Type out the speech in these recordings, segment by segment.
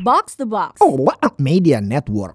Box the Box. Oh, what Media Network.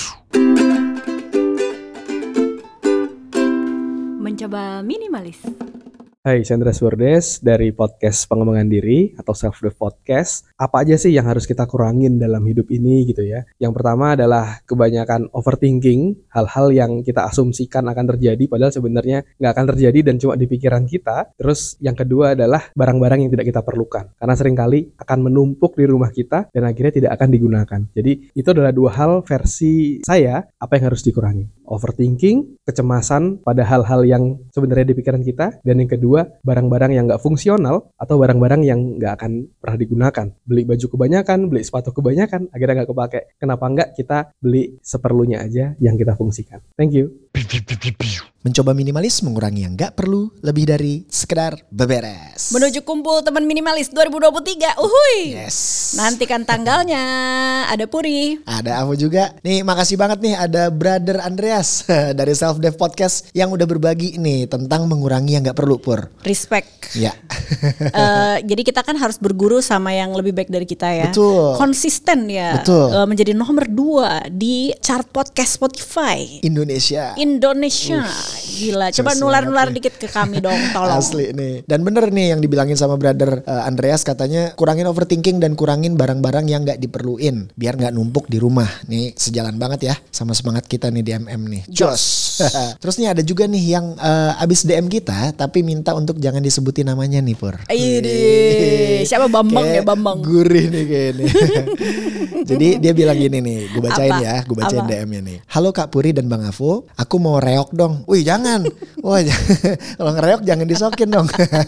Mencoba minimalis. Hai, saya Andreas Bordes dari podcast pengembangan diri atau self-dev podcast. Apa aja sih yang harus kita kurangin dalam hidup ini gitu ya? Yang pertama adalah kebanyakan overthinking, hal-hal yang kita asumsikan akan terjadi padahal sebenarnya nggak akan terjadi dan cuma di pikiran kita. Terus yang kedua adalah barang-barang yang tidak kita perlukan. Karena seringkali akan menumpuk di rumah kita dan akhirnya tidak akan digunakan. Jadi itu adalah dua hal versi saya, apa yang harus dikurangi. Overthinking, kecemasan pada hal-hal yang sebenarnya di pikiran kita, dan yang kedua barang-barang yang nggak fungsional atau barang-barang yang nggak akan pernah digunakan. Beli baju kebanyakan, beli sepatu kebanyakan, akhirnya nggak kepake. Kenapa nggak kita beli seperlunya aja yang kita fungsikan? Thank you. Mencoba minimalis, mengurangi yang gak perlu, lebih dari sekedar beberes. Menuju kumpul teman minimalis 2023. Uhuy. Yes. Nantikan tanggalnya. Ada Puri. Ada Avo juga. Nih makasih banget nih ada Brother Andreas dari Self Dev Podcast yang udah berbagi nih tentang mengurangi yang gak perlu, Pur. Respect. Ya. Jadi kita kan harus berguru sama yang lebih baik dari kita ya. Betul. Konsisten ya. Betul. Menjadi nomor 2 di chart podcast Spotify Indonesia. Gila, coba nular-nular dikit ke kami dong, tolong. Asli nih. Dan bener nih yang dibilangin sama Brother Andreas, katanya kurangin overthinking dan kurangin barang-barang yang gak diperluin biar gak numpuk di rumah. Nih sejalan banget ya sama semangat kita nih di MM nih. Jos. Terus nih ada juga nih yang abis DM kita tapi minta untuk jangan disebutin namanya nih, Pur. Siapa Bambang ya, Bambang? Gurih nih kayaknya. Jadi dia bilang gini nih, gue bacain ya, gue bacain DM-nya nih. Halo Kak Puri dan Bang Avo, aku mau reok dong. Wih jangan, wah kalau ngereok jangan disokin dong.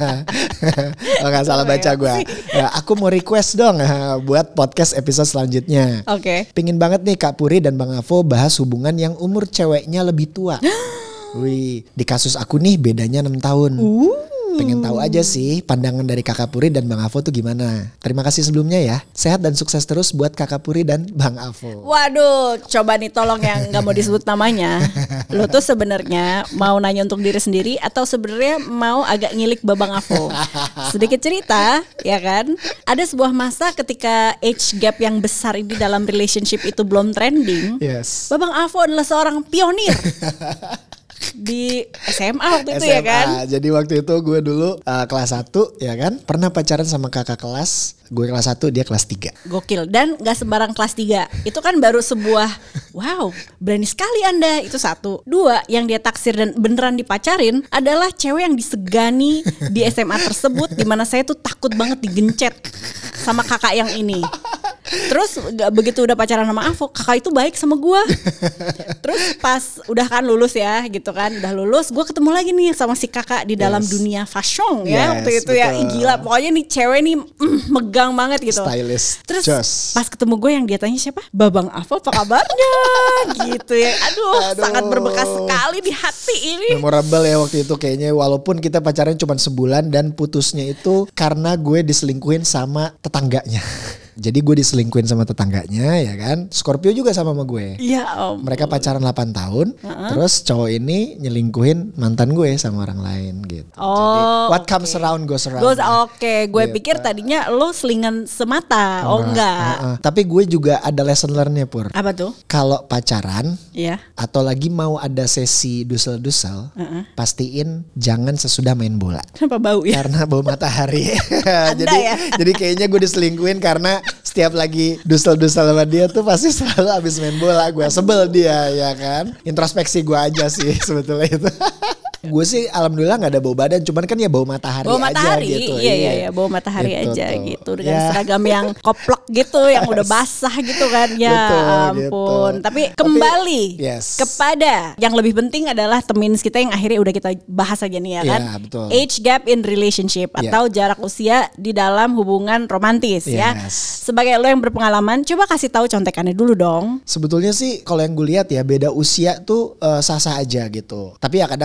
Oh, gak salah baca gue. Ya, aku mau request dong buat podcast episode selanjutnya. Oke. Pingin banget nih Kak Puri dan Bang Avo bahas hubungan yang umur ceweknya lebih tua. Wih, di kasus aku nih bedanya 6 tahun. Pengen tahu aja sih pandangan dari Kakak Puri dan Bang Avo tuh gimana. Terima kasih sebelumnya ya. Sehat dan sukses terus buat Kakak Puri dan Bang Avo. Waduh, coba nih tolong yang nggak mau disebut namanya. Lo tuh sebenarnya mau nanya untuk diri sendiri atau sebenarnya mau agak ngilik Babang Avo? Sedikit cerita, ya kan? Ada sebuah masa ketika age gap yang besar ini dalam relationship itu belum trending. Yes. Babang Avo adalah seorang pionir. Di SMA waktu itu SMA. ya kan. Jadi waktu itu gue dulu kelas 1 ya kan. Pernah pacaran sama kakak kelas. Gue kelas 1 dia kelas 3. Gokil. Dan gak sembarang kelas 3. Itu kan baru sebuah wow, berani sekali Anda. Itu 1. 2, yang dia taksir dan beneran dipacarin adalah cewek yang disegani di SMA tersebut, dimana saya tuh takut banget digencet sama kakak yang ini. Terus begitu udah pacaran sama Avo, kakak itu baik sama gue. Terus pas udah kan lulus ya gitu kan, udah lulus, gue ketemu lagi nih sama si kakak di dalam dunia fashion ya waktu itu ya. Gila, pokoknya nih cewek nih megang banget gitu. Stylist. Terus Just. pas ketemu gue yang dia tanya siapa? Babang Avo, apa kabarnya? Gitu ya. Aduh, sangat berbekas sekali di hati ini. Memorable ya waktu itu kayaknya, walaupun kita pacaran cuma sebulan dan putusnya itu karena gue diselingkuhin sama tetangganya. Jadi gue diselingkuhin sama tetangganya ya kan. Scorpio juga sama gue. Ya Mereka pacaran 8 tahun. Terus cowok ini nyelingkuhin mantan gue sama orang lain gitu. Jadi what comes around goes around. Oke, gue pikir tadinya lo selingan semata. Enggak. Tapi gue juga ada lesson learn-nya, Pur. Apa tuh? Kalau pacaran Iya. atau lagi mau ada sesi dusel-dusel, pastiin jangan sesudah main bola. Kenapa bau ya? Karena bau matahari. Anda ya? Jadi kayaknya gue diselingkuhin karena setiap lagi dusel-dusel sama dia tuh pasti selalu abis main bola. Gue sebel dia ya kan. Introspeksi gue aja sih sebetulnya itu. Gue sih alhamdulillah gak ada bau badan, cuman kan ya bau matahari, aja gitu. Iya, bau matahari gitu aja tuh. gitu dengan Ya. seragam yang koplak gitu, yang udah basah gitu kan. Ya Betul, ampun. gitu. Tapi kembali yes. kepada yang lebih penting adalah temen kita yang akhirnya udah kita bahas aja nih ya kan. Ya, betul. Age gap in relationship atau jarak usia di dalam hubungan romantis ya. Sebagai lo yang berpengalaman, coba kasih tahu contekannya dulu dong. Sebetulnya sih kalau yang gue lihat ya, beda usia tuh sah-sah aja gitu. Tapi ya kadang gitu kalau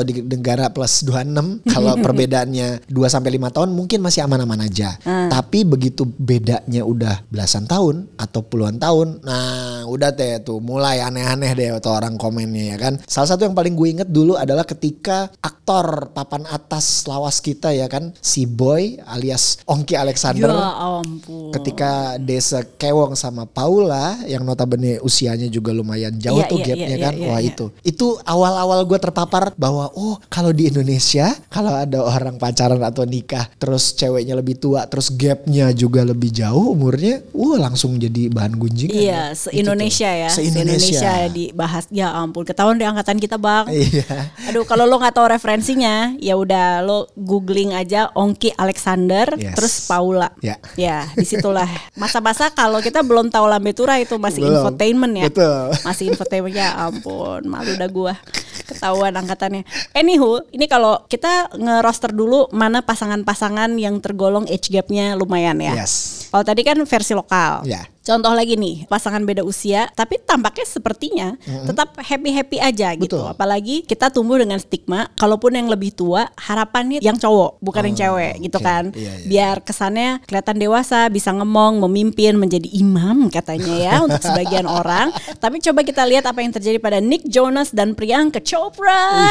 di negara plus 26 kalau perbedaannya 2 sampai 5 tahun mungkin masih aman-aman aja. Tapi begitu bedanya udah belasan tahun atau puluhan tahun, nah udah teh tuh mulai aneh-aneh deh tuh orang komennya ya kan. Salah satu yang paling gue inget dulu adalah ketika aktor papan atas lawas kita ya kan, si Boy alias Ongki Alexander. Ya ampun. Ketika Desa Kewong sama Paula yang notabene usianya juga lumayan jauh tuh gapnya kan. Wah itu awal-awal gue terpapar bahwa kalau di Indonesia kalau ada orang pacaran atau nikah terus ceweknya lebih tua terus gapnya juga lebih jauh umurnya, langsung jadi bahan gunjingan. Iya, se-Indonesia ya. Se-Indonesia dibahas. Ya ampun, ketahuan di angkatan kita, Bang. Iya. Aduh, kalau lo nggak tahu referensinya, ya udah lo googling aja Ongki Alexander terus Paula. Ya, disitulah masa-masa kalau kita belum tahu Lambe Tura itu masih infotainment ya. Betul. Masih infotainment, ya ampun, malu dah gua. Ketahuan angkatannya. Anywho, ini kalau kita nge-roster dulu mana pasangan-pasangan yang tergolong age gap-nya lumayan ya. Yes. Kalau tadi kan versi lokal. Ya. Contoh lagi nih, pasangan beda usia tapi tampaknya sepertinya tetap happy-happy aja gitu. Betul. Apalagi kita tumbuh dengan stigma kalaupun yang lebih tua harapannya yang cowok bukan yang cewek gitu kan. Biar kesannya kelihatan dewasa, bisa ngomong, memimpin, menjadi imam katanya ya untuk sebagian orang. Tapi coba kita lihat apa yang terjadi pada Nick Jonas dan Priyanka Chopra.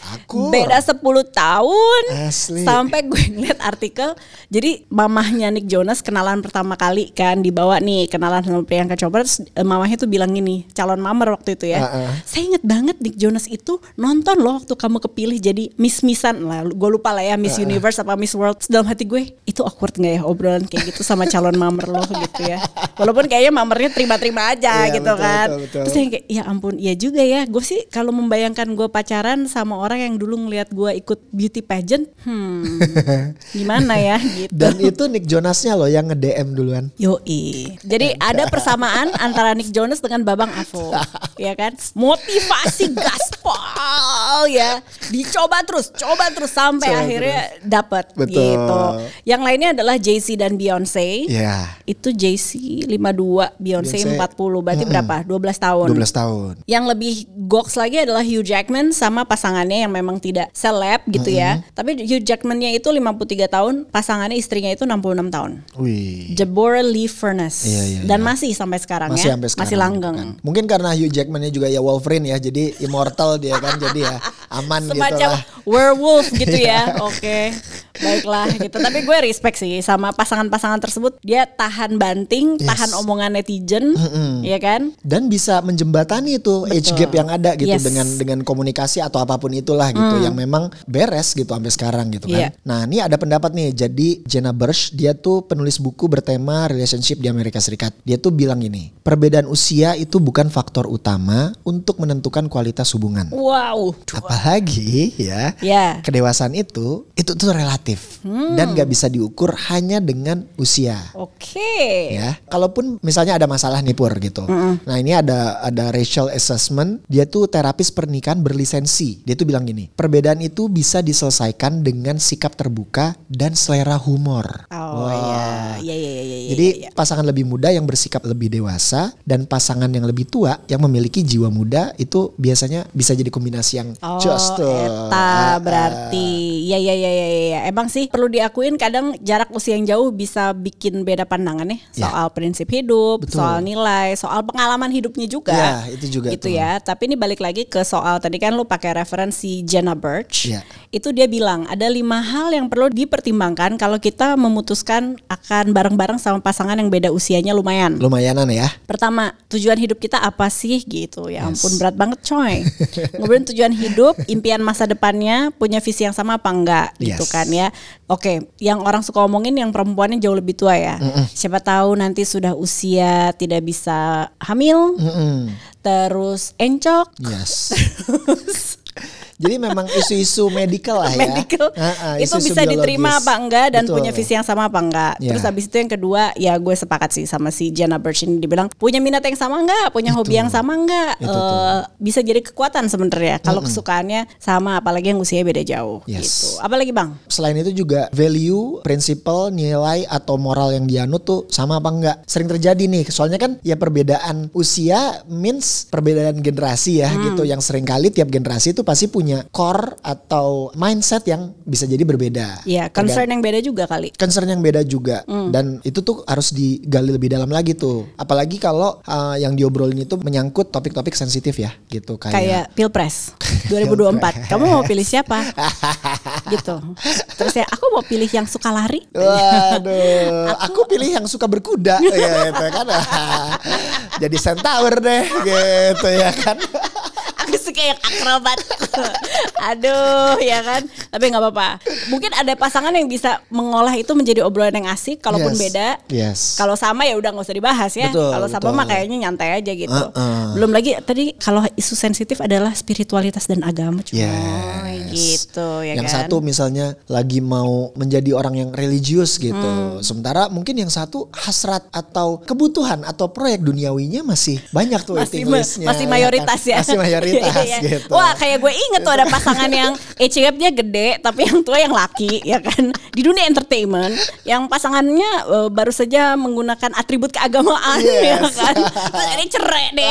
Beda 10 tahun. Asli. Sampai gue ngeliat artikel, jadi mamahnya Nick Jonas kenalan pertama kali kan dibawa nih kenalan sama Priyanka Chopra, terus mamahnya tuh bilang gini, calon mamar waktu itu ya. Saya inget banget Nick Jonas itu nonton loh waktu kamu kepilih jadi Miss-Missan lah, gue lupa lah ya Miss Universe apa Miss World. Dalam hati gue, itu awkward gak ya obrolan kayak gitu sama calon mamar lo gitu ya. Walaupun kayaknya mamarnya terima-terima aja gitu betul, kan. Betul. Terus saya kayak ya ampun, iya juga ya. Gue sih kalau membayangkan gue pacaran sama orang yang dulu ngeliat gue ikut beauty pageant, gimana ya gitu. Dan itu Nick Jonasnya loh yang nge-DM duluan. Yoi. Jadi ada persamaan antara Nick Jonas dengan Babang Avo, ya kan? Motivasi gaspol ya, dicoba terus sampai akhirnya dapat gitu. Yang lainnya adalah Jay-Z dan Beyonce. Itu Jay-Z 52, Beyonce 40, berarti berapa? 12 tahun. 12 tahun. Yang lebih goks lagi adalah Hugh Jackman sama pasangannya yang memang tidak seleb gitu ya. Tapi Hugh Jackman-nya itu 53 tahun, pasangannya istrinya itu 66 tahun. Wih. Deborah Lee Furness. Dan masih sampai sekarang ya. Masih langgeng. Kan. Mungkin karena Hugh Jackman-nya juga ya Wolverine ya, jadi immortal dia kan, jadi ya aman gitu lah. Semacam werewolf gitu ya. Oke. Baiklah gitu. Tapi gue respect sih sama pasangan-pasangan tersebut. Dia tahan banting, tahan omongan netizen, ya kan? Dan bisa menjembatani itu age gap yang ada gitu dengan komunikasi atau apapun itulah gitu yang memang beres gitu sampai sekarang gitu kan. Nah, ini ada pendapat nih. Jadi Jenna Birch dia tuh penulis buku bertema relationship di Amerika Serikat. Dia tuh bilang gini, perbedaan usia itu bukan faktor utama untuk menentukan kualitas hubungan. Wow. Apalagi ya, kedewasaan itu tuh relatif dan gak bisa diukur hanya dengan usia. Oke. Ya, kalaupun misalnya ada masalah nih Pur gitu. Nah ini ada racial assessment. Dia tuh terapis pernikahan berlisensi. Dia tuh bilang gini, perbedaan itu bisa diselesaikan dengan sikap terbuka dan selera humor. Jadi pasangan lebih muda yang bersikap lebih dewasa dan pasangan yang lebih tua yang memiliki jiwa muda itu biasanya bisa jadi kombinasi yang just tuh. Berarti ya. Emang sih perlu diakuin kadang jarak usia yang jauh bisa bikin beda pandangan ya soal prinsip hidup, soal nilai, soal pengalaman hidupnya juga. Ya, itu juga gitu tuh. Ya. Tapi ini balik lagi ke soal tadi kan lu pakai referensi Jenna Birch. Itu dia bilang ada 5 hal yang perlu dipertimbangkan kalau kita memutuskan akan bareng-bareng sama pasangan yang beda usianya lumayan. Lumayanan ya. Pertama, tujuan hidup kita apa sih gitu. Ya ampun berat banget coy. Kemudian tujuan hidup, impian masa depannya, punya visi yang sama apa enggak gitu kan ya. Oke, yang orang suka omongin yang perempuannya jauh lebih tua ya. Siapa tahu nanti sudah usia tidak bisa hamil. Terus encok. Jadi memang isu-isu medical lah ya. Itu bisa diterima apa enggak dan punya visi yang sama apa enggak. Terus habis itu yang kedua ya gue sepakat sih sama si Jenna Birch ini, dibilang punya minat yang sama enggak, punya hobi yang sama enggak. Bisa jadi kekuatan sebenarnya kalau kesukaannya sama, apalagi yang usianya beda jauh gitu. Apalagi Bang? Selain itu juga value, prinsipal, nilai atau moral yang dianut tuh sama apa enggak. Sering terjadi nih. Soalnya kan ya perbedaan usia means perbedaan generasi ya gitu, yang sering kali tiap generasi itu pasti punya punya core atau mindset yang bisa jadi berbeda. Iya, concern yang beda juga kali. Concern yang beda juga. Dan itu tuh harus digali lebih dalam lagi tuh. Apalagi kalau yang diobrolin itu menyangkut topik-topik sensitif ya gitu. Kayak Pilpres 2024. Kamu mau pilih siapa? Gitu. Terus ya aku mau pilih yang suka lari. Waduh, aku pilih yang suka berkuda gitu kan. Jadi centaur deh gitu ya kan. Aku suka yang akrobat. Aduh, ya kan. Tapi nggak apa-apa. Mungkin ada pasangan yang bisa mengolah itu menjadi obrolan yang asik. Kalaupun beda. Kalau sama ya udah nggak usah dibahas ya. Kalau sama mah kayaknya nyantai aja gitu. Belum lagi tadi kalau isu sensitif adalah spiritualitas dan agama. Gitu ya yang kan. satu misalnya lagi mau menjadi orang yang religius gitu. Sementara mungkin yang satu hasrat atau kebutuhan atau proyek duniawinya masih banyak tuh waiting listnya. Masih mayoritas ya. Masih mayoritas gitu. Wah, kayak gue inget tuh ada pasangan yang age gap-nya gede tapi yang tua yang laki ya kan. Di dunia entertainment yang pasangannya baru saja menggunakan atribut keagamaan ya kan. Terus ini cerai deh.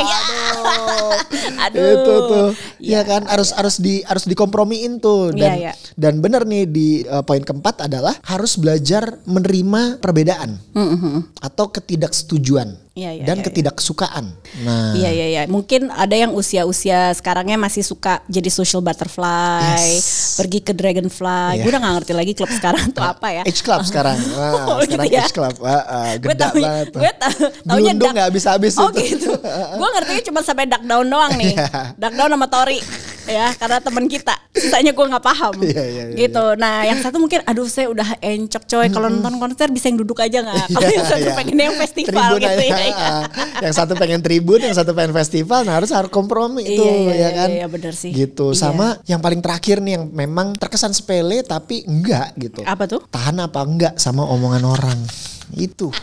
Aduh. Itu tuh. Ya kan harus dikompromiin tuh dan benar nih di poin keempat adalah harus belajar menerima perbedaan atau ketidaksetujuan dan ketidaksukaan. Nah, iya. Mungkin ada yang usia sekarangnya masih suka jadi social butterfly, pergi ke dragonfly. Gue udah gak ngerti lagi klub sekarang tuh apa ya. H Club sekarang. Sekarang gitu ya? H Club. Gede banget. Gue taunya Belundung gak habis-habis itu. gitu. Gue ngertinya cuma sampai duck down doang nih. Duck down sama Tori. Ya karena teman kita, sisanya gue nggak paham, gitu. Nah yang satu mungkin, aduh saya udah encok coy, kalau nonton konser bisa yang duduk aja nggak? Kalau yang satu pengen yang festival tribun gitu ya. Yang satu pengen tribun, yang satu pengen festival, nah harus kompromi itu ya kan? Iya benar sih. Gitu. Sama yang paling terakhir nih yang memang terkesan sepele tapi enggak gitu. Apa tuh? Tahan apa enggak sama omongan orang. Itu.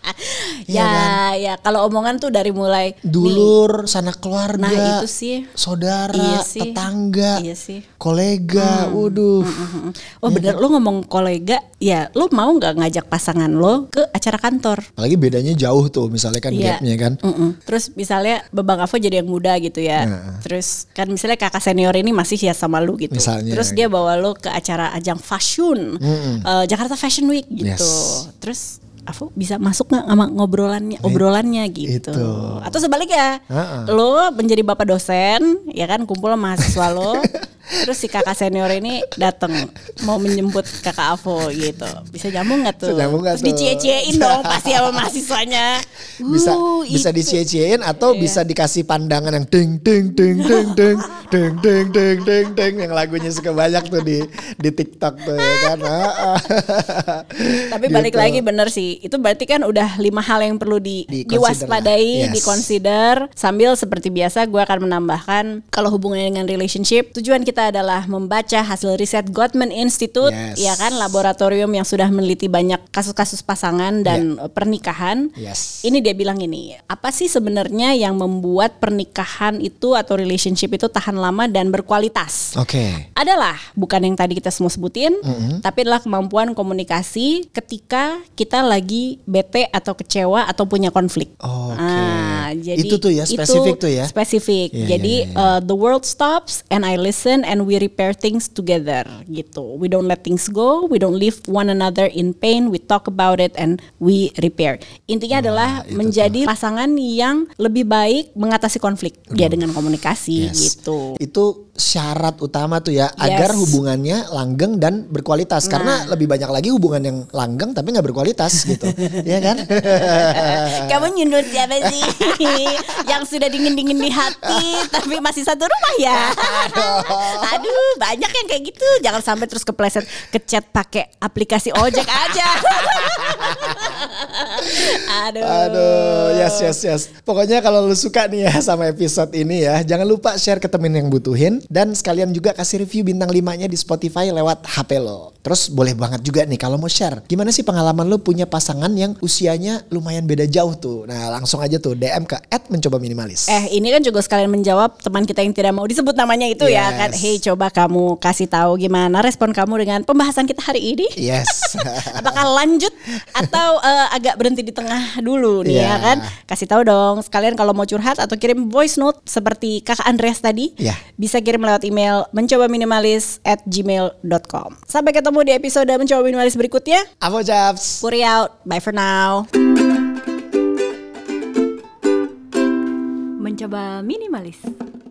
Ya kalau omongan tuh dari mulai dulur, sanak keluarga, nah itu sih, saudara, tetangga, kolega, bener lo ngomong kolega, ya lo mau nggak ngajak pasangan lo ke acara kantor? Apalagi bedanya jauh tuh, misalnya kan gapnya kan. Terus misalnya Bang Avo jadi yang muda gitu ya, terus kan misalnya kakak senior ini masih ya sama lo gitu, misalnya, terus dia bawa lo ke acara ajang fashion, Jakarta Fashion Week gitu, terus Avo bisa masuk nggak sama obrolannya gitu. Atau sebaliknya, lo menjadi bapak dosen, ya kan kumpul sama mahasiswa lo, terus si kakak senior ini datang mau menjemput kakak Avo gitu. Bisa nyambung nggak tuh? Terus dicie-ciein dong pasti sama mahasiswanya. Bisa dicie-ciein atau bisa dikasih pandangan yang ding ding ding ding ding ding ding ding ding ding yang lagunya suka banyak tuh di TikTok tuh ya kan. Tapi balik lagi bener sih. Itu berarti kan udah 5 hal yang perlu diwaspadai, dikonsider. Sambil seperti biasa gue akan menambahkan kalau hubungannya dengan relationship, tujuan kita adalah membaca hasil riset Gottman Institute, ya kan, laboratorium yang sudah meneliti banyak kasus-kasus pasangan dan pernikahan. Ini dia bilang ini, apa sih sebenarnya yang membuat pernikahan itu atau relationship itu tahan lama dan berkualitas? Adalah bukan yang tadi kita semua sebutin, tapi adalah kemampuan komunikasi ketika kita lagi bete atau kecewa atau punya konflik. Jadi itu tuh ya spesifik tuh ya. Spesifik. Jadi the world stops and I listen and we repair things together gitu. We don't let things go, we don't leave one another in pain, we talk about it and we repair. Intinya adalah menjadi pasangan yang lebih baik mengatasi konflik dia dengan komunikasi gitu. Itu syarat utama tuh ya agar hubungannya langgeng dan berkualitas. Karena lebih banyak lagi hubungan yang langgeng tapi nggak berkualitas gitu. Ya kan? Kamu nyundut siapa sih? Yang sudah dingin-dingin di hati tapi masih satu rumah ya. Aduh, banyak yang kayak gitu. Jangan sampai terus kepleset kechat pakai aplikasi ojek aja. Aduh, yes. Pokoknya kalau lu suka nih ya sama episode ini ya, jangan lupa share ke temen yang butuhin dan sekalian juga kasih review bintang 5-nya di Spotify lewat HP lo. Terus boleh banget juga nih kalau mau share, gimana sih pengalaman lu punya pasangan yang usianya lumayan beda jauh tuh. Nah, langsung aja tuh DM ke @mencobaminimalis. Ini kan juga sekalian menjawab teman kita yang tidak mau disebut namanya itu ya kan. Hey, coba kamu kasih tahu gimana respon kamu dengan pembahasan kita hari ini? Yes. Apakah lanjut atau agak berhenti di tengah tengah dulu nih ya kan. Kasih tahu dong sekalian kalau mau curhat atau kirim voice note seperti Kakak Andreas tadi, bisa kirim lewat email mencobaminimalis@gmail.com. Sampai ketemu di episode Mencoba Minimalis berikutnya. Avo Japs. Puri out. Bye for now. Mencoba Minimalis.